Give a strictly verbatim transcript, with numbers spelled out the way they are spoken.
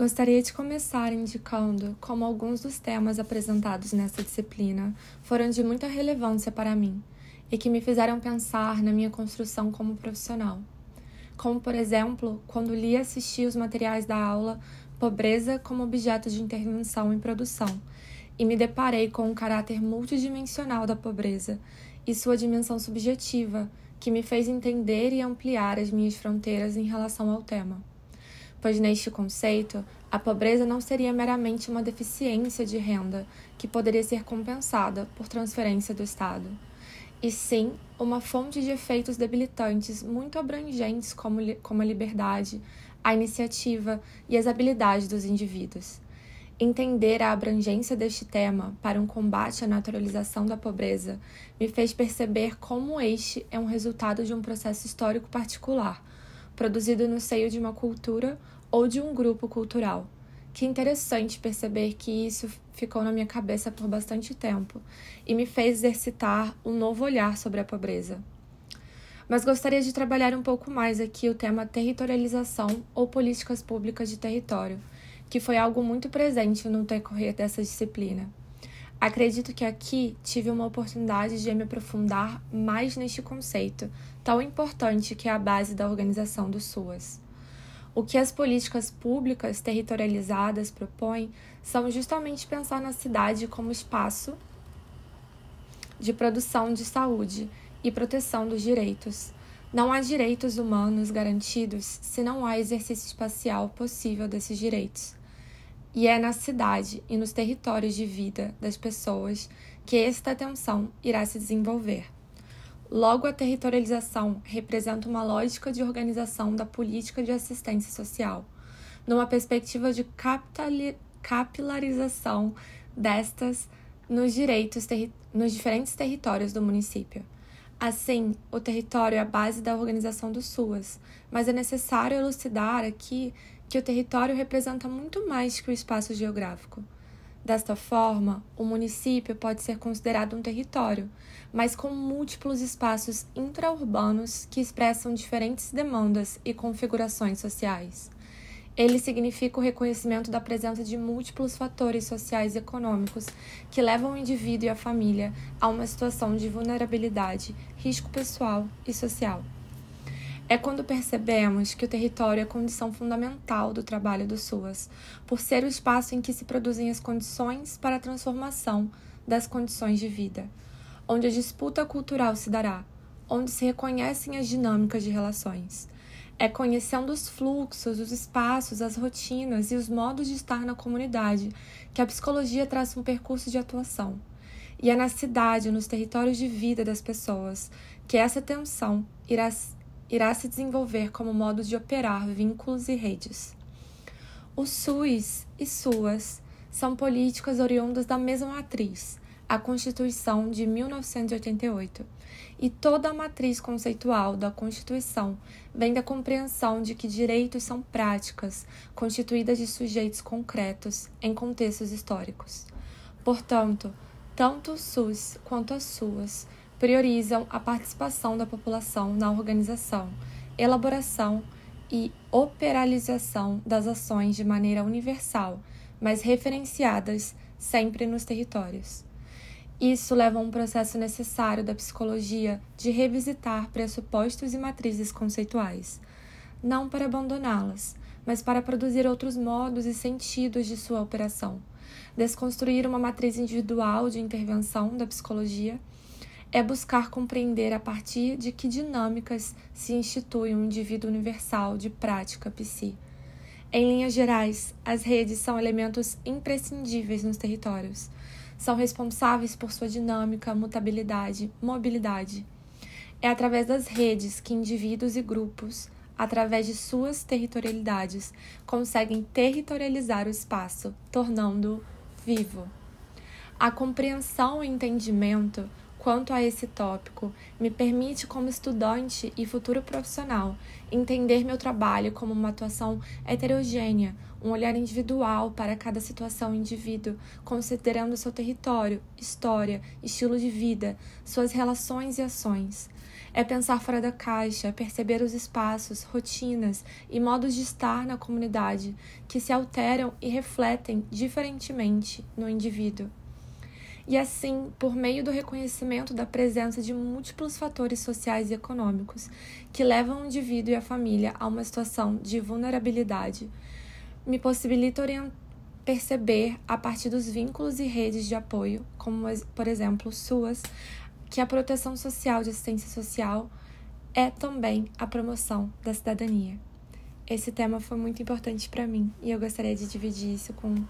Gostaria de começar indicando como alguns dos temas apresentados nesta disciplina foram de muita relevância para mim e que me fizeram pensar na minha construção como profissional. Como, por exemplo, quando li e assisti os materiais da aula Pobreza como Objeto de Intervenção em Produção e me deparei com o caráter multidimensional da pobreza e sua dimensão subjetiva, que me fez entender e ampliar as minhas fronteiras em relação ao tema. Pois neste conceito, a pobreza não seria meramente uma deficiência de renda que poderia ser compensada por transferência do Estado, e sim uma fonte de efeitos debilitantes muito abrangentes como, como a liberdade, a iniciativa e as habilidades dos indivíduos. Entender a abrangência deste tema para um combate à naturalização da pobreza me fez perceber como este é um resultado de um processo histórico particular, produzido no seio de uma cultura ou de um grupo cultural. Que interessante perceber que isso ficou na minha cabeça por bastante tempo e me fez exercitar um novo olhar sobre a pobreza. Mas gostaria de trabalhar um pouco mais aqui o tema territorialização ou políticas públicas de território, que foi algo muito presente no decorrer dessa disciplina. Acredito que aqui tive uma oportunidade de me aprofundar mais neste conceito, tão importante que é a base da organização do SUAS. O que as políticas públicas territorializadas propõem são justamente pensar na cidade como espaço de produção de saúde e proteção dos direitos. Não há direitos humanos garantidos se não há exercício espacial possível desses direitos. E é na cidade e nos territórios de vida das pessoas que esta atenção irá se desenvolver. Logo, a territorialização representa uma lógica de organização da política de assistência social, numa perspectiva de capitali- capilarização destas nos, direitos terri- nos diferentes territórios do município. Assim, o território é a base da organização do SUAS, mas é necessário elucidar aqui que o território representa muito mais que o espaço geográfico. Desta forma, o município pode ser considerado um território, mas com múltiplos espaços intraurbanos que expressam diferentes demandas e configurações sociais. Ele significa o reconhecimento da presença de múltiplos fatores sociais e econômicos que levam o indivíduo e a família a uma situação de vulnerabilidade, risco pessoal e social. É quando percebemos que o território é condição fundamental do trabalho do SUAS, por ser o espaço em que se produzem as condições para a transformação das condições de vida, onde a disputa cultural se dará, onde se reconhecem as dinâmicas de relações. É conhecendo os fluxos, os espaços, as rotinas e os modos de estar na comunidade que a psicologia traça um percurso de atuação. E é na cidade, nos territórios de vida das pessoas, que essa tensão irá irá se desenvolver como modo de operar vínculos e redes. O SUS e SUAS são políticas oriundas da mesma matriz, a Constituição de mil novecentos e oitenta e oito, e toda a matriz conceitual da Constituição vem da compreensão de que direitos são práticas constituídas de sujeitos concretos em contextos históricos. Portanto, tanto o SUS quanto a SUAS priorizam a participação da população na organização, elaboração e operalização das ações de maneira universal, mas referenciadas sempre nos territórios. Isso leva a um processo necessário da psicologia de revisitar pressupostos e matrizes conceituais, não para abandoná-las, mas para produzir outros modos e sentidos de sua operação. Desconstruir uma matriz individual de intervenção da psicologia é buscar compreender a partir de que dinâmicas se institui um indivíduo universal de prática psi. Em linhas gerais, as redes são elementos imprescindíveis nos territórios. São responsáveis por sua dinâmica, mutabilidade, mobilidade. É através das redes que indivíduos e grupos, através de suas territorialidades, conseguem territorializar o espaço, tornando-o vivo. A compreensão e entendimento quanto a esse tópico me permite, como estudante e futuro profissional, entender meu trabalho como uma atuação heterogênea, um olhar individual para cada situação e indivíduo, considerando seu território, história, estilo de vida, suas relações e ações. É pensar fora da caixa, é perceber os espaços, rotinas e modos de estar na comunidade que se alteram e refletem diferentemente no indivíduo. E assim, por meio do reconhecimento da presença de múltiplos fatores sociais e econômicos que levam o indivíduo e a família a uma situação de vulnerabilidade, me possibilita orientar perceber, a partir dos vínculos e redes de apoio, como, por exemplo, suas, que a proteção social de assistência social é também a promoção da cidadania. Esse tema foi muito importante para mim e eu gostaria de dividir isso com